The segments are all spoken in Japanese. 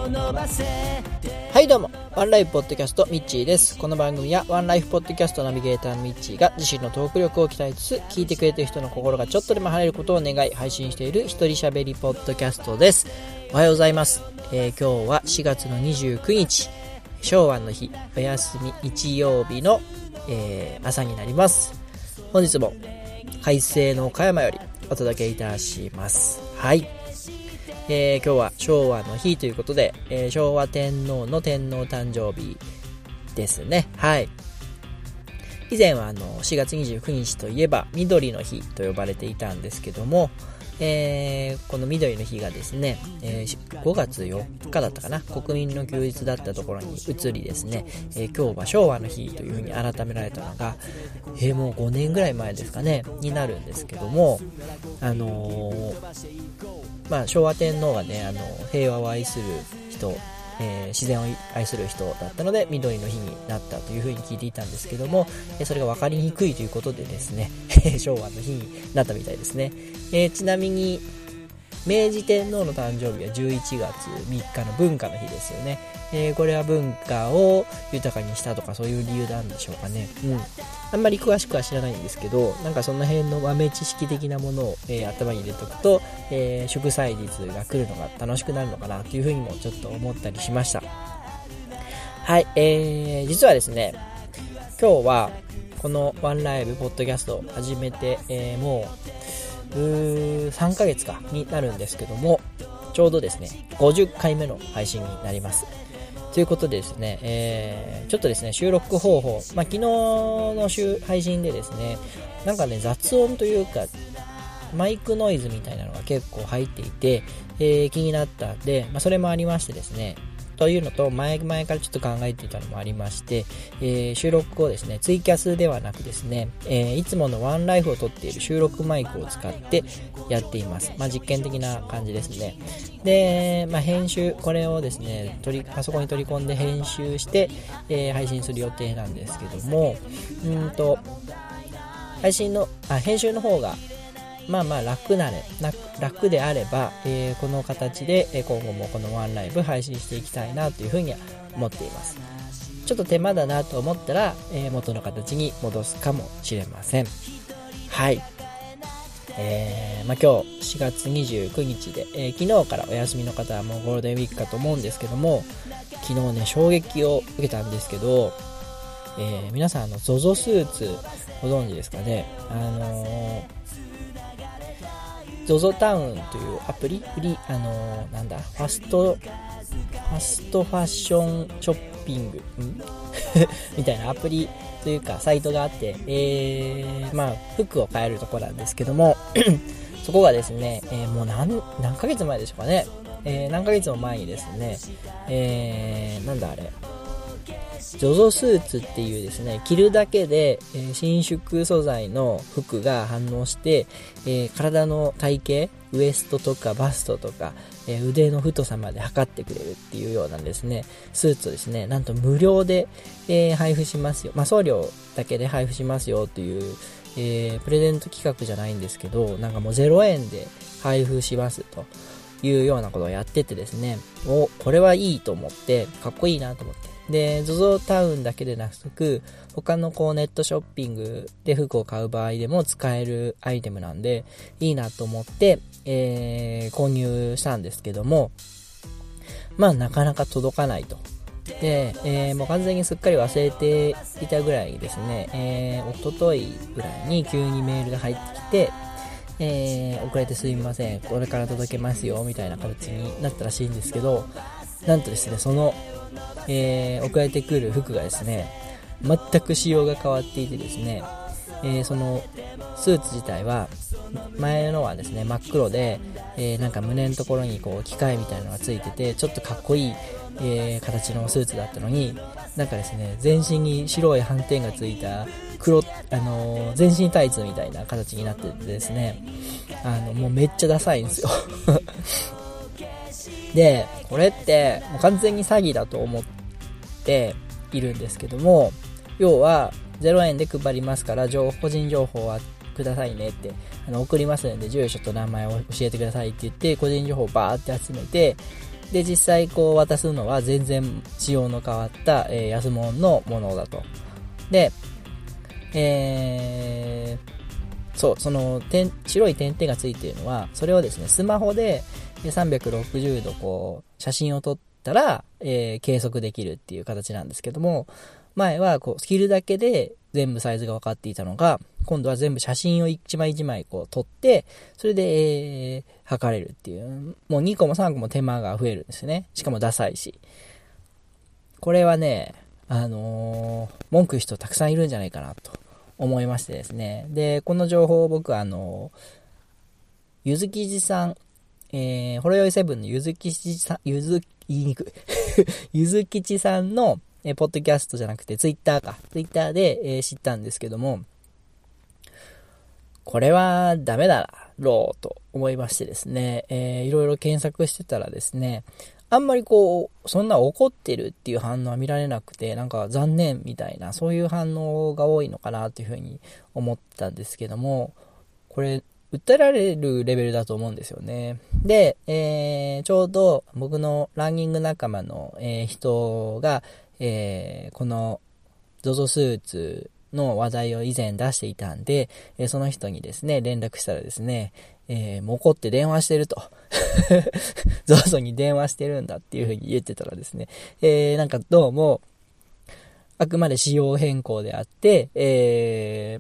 はいどうも、ワンライフポッドキャストミッチーです。この番組はワンライフポッドキャストナビゲーターのミッチーが自身のトーク力を鍛えつつ、聞いてくれている人の心がちょっとでも晴れることを願い配信している一人喋りポッドキャストです。おはようございます。今日は4月の29日昭和の日、お休み日曜日の、朝になります。本日も快晴の岡山よりお届けいたします。はい、今日は昭和の日ということで、昭和天皇の天皇誕生日ですね。はい。以前は4月29日といえば緑の日と呼ばれていたんですけども、この緑の日がですね、5月4日だったかな、国民の休日だったところに移りですね、今日は昭和の日というふうに改められたのが、もう5年ぐらい前ですかねになるんですけども、昭和天皇がね、平和を愛する人、自然を愛する人だったので緑の日になったというふうに聞いていたんですけども、それが分かりにくいということでですね昭和の日になったみたいですね。ちなみに明治天皇の誕生日は11月3日の文化の日ですよね。これは文化を豊かにしたとかそういう理由なんでしょうかね。あんまり詳しくは知らないんですけど、なんかその辺の豆知識的なものを、頭に入れておくと、祝祭日が来るのが楽しくなるのかなというふうにもちょっと思ったりしました。はい、実はですね、今日はこのワンライブポッドキャストを始めて、もう3ヶ月かになるんですけども、ちょうどですね50回目の配信になります。ということでですね、ちょっとですね収録方法、昨日の配信でですね、なんかね雑音というかマイクノイズみたいなのが結構入っていて、気になったんで、それもありましてですね、というのと前々からちょっと考えていたのもありまして、収録をですねツイキャスではなくですね、いつものワンライフを撮っている収録マイクを使ってやっています。実験的な感じですね。で、編集、これをですねパソコンに取り込んで編集して、配信する予定なんですけども、編集の方が楽であれば、この形で今後もこのワンライブ配信していきたいなというふうには思っています。ちょっと手間だなと思ったら、元の形に戻すかもしれません。はい。今日4月29日で、昨日からお休みの方はもうゴールデンウィークかと思うんですけども、昨日ね衝撃を受けたんですけど、皆さんZOZO スーツご存知ですかね。ZOZO タウンというアプリ、ファストファッションショッピングみたいなアプリというかサイトがあって、服を買えるところなんですけどもそこがですね、もう何ヶ月前でしょうかね、何ヶ月も前にですね、ZOZO スーツっていうですね、着るだけで、伸縮素材の服が反応して、体の体型、ウエストとかバストとか、腕の太さまで測ってくれるっていうようなんですね、スーツをですね、なんと無料で、配布しますよ。送料だけで配布しますよという、プレゼント企画じゃないんですけど、なんかもう0円で配布しますというようなことをやっててですね、これはいいと思って、かっこいいなと思って。で、ZOZO タウンだけでなく、他のネットショッピングで服を買う場合でも使えるアイテムなんで、いいなと思って、購入したんですけども、なかなか届かないと。で、もう完全にすっかり忘れていたぐらいですね、一昨日ぐらいに急にメールが入ってきて、遅れてすいません、これから届けますよみたいな形になったらしいんですけど、なんとですね、その送られてくる服がですね、全く仕様が変わっていてですね、そのスーツ自体は前のはですね真っ黒で、なんか胸のところに機械みたいなのがついててちょっとかっこいい、形のスーツだったのに、なんかですね全身に白い斑点がついた全身タイツみたいな形になっててですね、もうめっちゃダサいんですよで、これってもう完全に詐欺だと思っているんですけども、要は0円で配りますから個人情報はくださいねって、送りますので住所と名前を教えてくださいって言って個人情報をバーって集めて、 で、実際こう渡すのは全然仕様の変わった、安物のものだと。で、そう、その白い点々がついているのは、それをですね、スマホで360度こう写真を撮ったら、計測できるっていう形なんですけども、前はこう着るだけで全部サイズが分かっていたのが、今度は全部写真を一枚一枚こう撮って、それで、測れるっていう、もう2個も3個も手間が増えるんですよね。しかもダサいし。これはね、文句言う人たくさんいるんじゃないかなと思いましてですね。で、この情報を僕はゆずきじさん、ほろよいセブンのゆずきちさん、ゆずきちさんの、ポッドキャストじゃなくてツイッターで、知ったんですけども、これはダメだろうと思いましてですね、いろいろ検索してたらですね、あんまりこうそんな怒ってるっていう反応は見られなくて、なんか残念みたいな、そういう反応が多いのかなというふうに思ったんですけども、これ訴えられるレベルだと思うんですよね。で、ちょうど僕のランニング仲間の、人が、この ZOZO スーツの話題を以前出していたんで、その人にですね、連絡したらですね、もう怒って電話してると。ZOZO に電話してるんだっていう風に言ってたらですね、なんかどうも、あくまで仕様変更であって、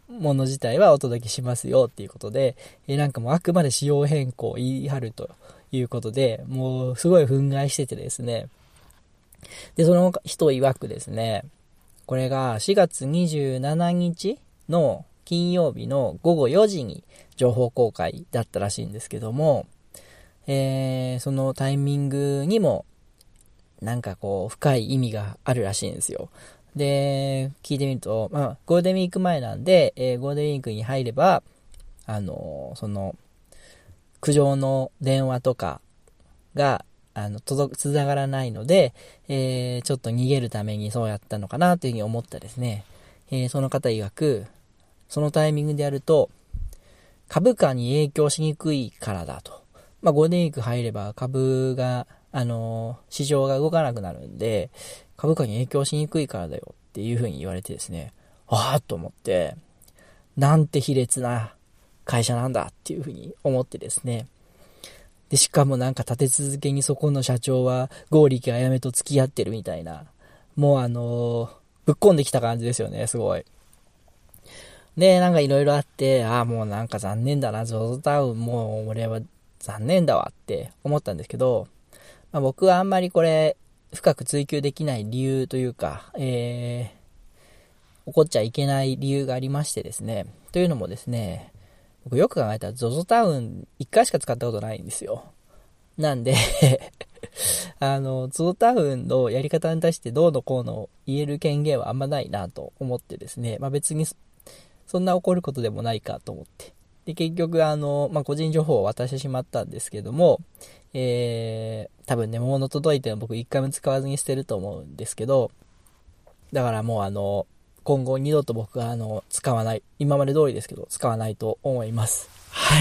もの自体はお届けしますよっていうことで、なんかもうあくまで仕様変更を言い張るということで、もうすごい憤慨しててですね。で、その人曰くですね、これが4月27日の金曜日の午後4時に情報公開だったらしいんですけども、そのタイミングにもなんかこう深い意味があるらしいんですよ。で、聞いてみると、ゴールデンウィーク前なんで、ゴールデンウィークに入れば、その苦情の電話とかがつながらないので、ちょっと逃げるためにそうやったのかなというふうに思ったですね。その方曰く、そのタイミングでやると株価に影響しにくいからだと。ゴールデンウィーク入れば株が市場が動かなくなるんで、株価に影響しにくいからだよっていうふうに言われてですね、ああと思って、なんて卑劣な会社なんだっていうふうに思ってですね。で、しかもなんか立て続けにそこの社長は剛力あやめと付き合ってるみたいな、もうぶっこんできた感じですよね、すごい。で、なんかいろいろあって、もうなんか残念だな、ZOZOタウンもう俺は残念だわって思ったんですけど、僕はあんまりこれ深く追求できない理由というか、怒っちゃいけない理由がありましてですね。というのもですね、僕よく考えたら ZOZO タウン1回しか使ったことないんですよ。なんでZOZO タウンのやり方に対してどうのこうの言える権限はあんまないなと思ってですね、別にそんな怒ることでもないかと思って。で、結局個人情報を渡してしまったんですけども、多分ね、物届いて僕一回も使わずに捨てると思うんですけど、だからもう今後二度と僕は使わない、今まで通りですけど使わないと思います。はい。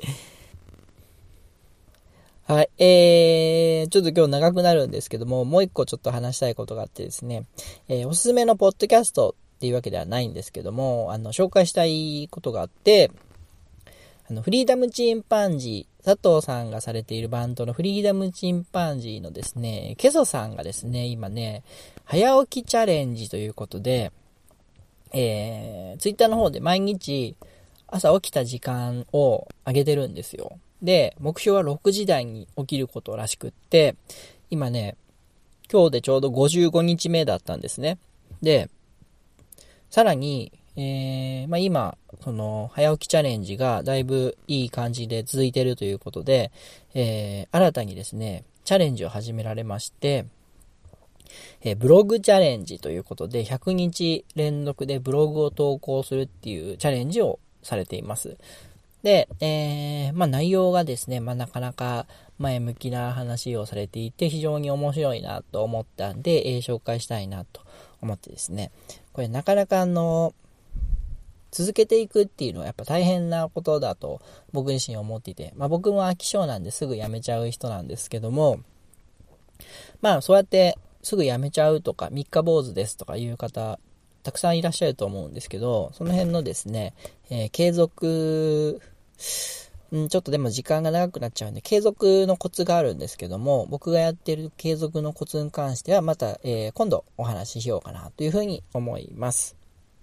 はい。ちょっと今日長くなるんですけども、もう一個ちょっと話したいことがあってですね、おすすめのポッドキャストっていうわけではないんですけども、紹介したいことがあって、フリーダムチンパンジー、佐藤さんがされているバンドのフリーダムチンパンジーのですね、ケソさんがですね、今ね、早起きチャレンジということで、ツイッターの方で毎日朝起きた時間を上げてるんですよ。で、目標は6時台に起きることらしくって、今ね、今日でちょうど55日目だったんですね。で、さらに、今、その、早起きチャレンジがだいぶいい感じで続いているということで、新たにですね、チャレンジを始められまして、ブログチャレンジということで、100日連続でブログを投稿するっていうチャレンジをされています。で、内容がですね、なかなか前向きな話をされていて、非常に面白いなと思ったんで、紹介したいなと思ってですね、これなかなか続けていくっていうのはやっぱ大変なことだと僕自身思っていて、僕も飽き性なんですぐやめちゃう人なんですけども、 そうやってすぐ辞めちゃうとか、三日坊主ですとかいう方、たくさんいらっしゃると思うんですけど、その辺のですね、継続、ちょっとでも時間が長くなっちゃうんで、継続のコツがあるんですけども、僕がやっている継続のコツに関しては、また、今度お話ししようかなというふうに思います。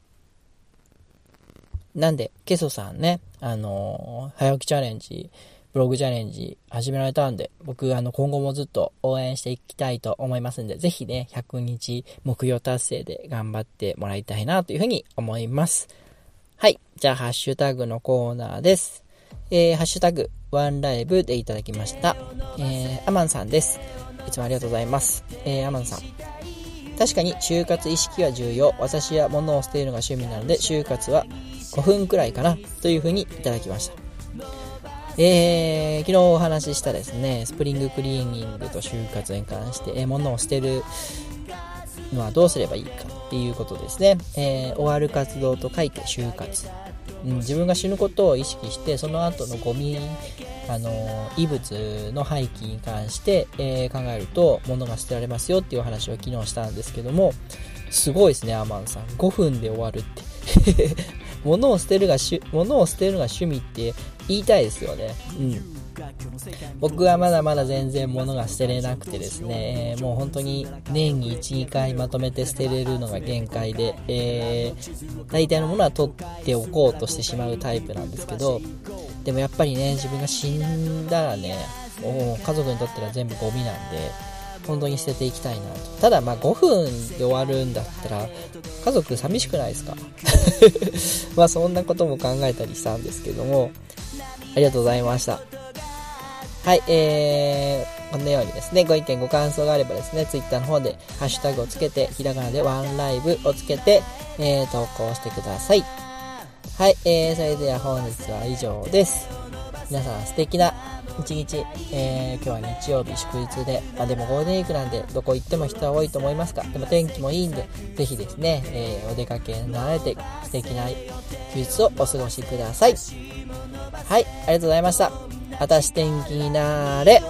なんで、ケソさんね、早起きチャレンジ、ブログチャレンジ始められたんで、僕今後もずっと応援していきたいと思いますんで、ぜひね、100日目標達成で頑張ってもらいたいなというふうに思います。はい。じゃあ、ハッシュタグのコーナーです。ハッシュタグ、ワンライブでいただきました。アマンさんです。いつもありがとうございます。アマンさん。確かに就活意識は重要。私は物を捨てるのが趣味なので、就活は5分くらいかなというふうにいただきました。昨日お話ししたですね、スプリングクリーニングと就活に関して、物を捨てるのはどうすればいいかっていうことですね。終わる活動と書いて就活。自分が死ぬことを意識して、その後のゴミ、異物の廃棄に関して、考えると物が捨てられますよっていう話を昨日したんですけども、すごいですね、アマンさん。5分で終わるって物を捨てるのが趣味って言いたいですよね。僕はまだまだ全然物が捨てれなくてですね、もう本当に年に 1,2 回まとめて捨てれるのが限界で、大体のものは取っておこうとしてしまうタイプなんですけど、でもやっぱりね、自分が死んだらね、家族にとっては全部ゴミなんで、本当に捨てていきたいなと。ただ5分で終わるんだったら家族寂しくないですかそんなことも考えたりしたんですけども、ありがとうございました。はい、このようにですね、ご意見ご感想があればですね、ツイッターの方でハッシュタグをつけて、ひらがなでワンライブをつけて、投稿してください。はい、それでは本日は以上です。皆さん素敵な一日、今日は日曜日祝日で、でもゴールデンウィークなんでどこ行っても人は多いと思いますが、でも天気もいいんで、ぜひですね、お出かけになられて素敵な休日をお過ごしください。はい、ありがとうございました。私天気になれ。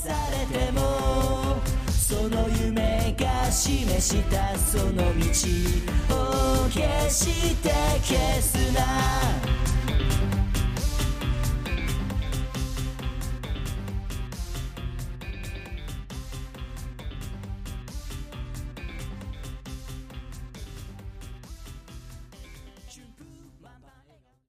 その夢が示したその道を決して消すな。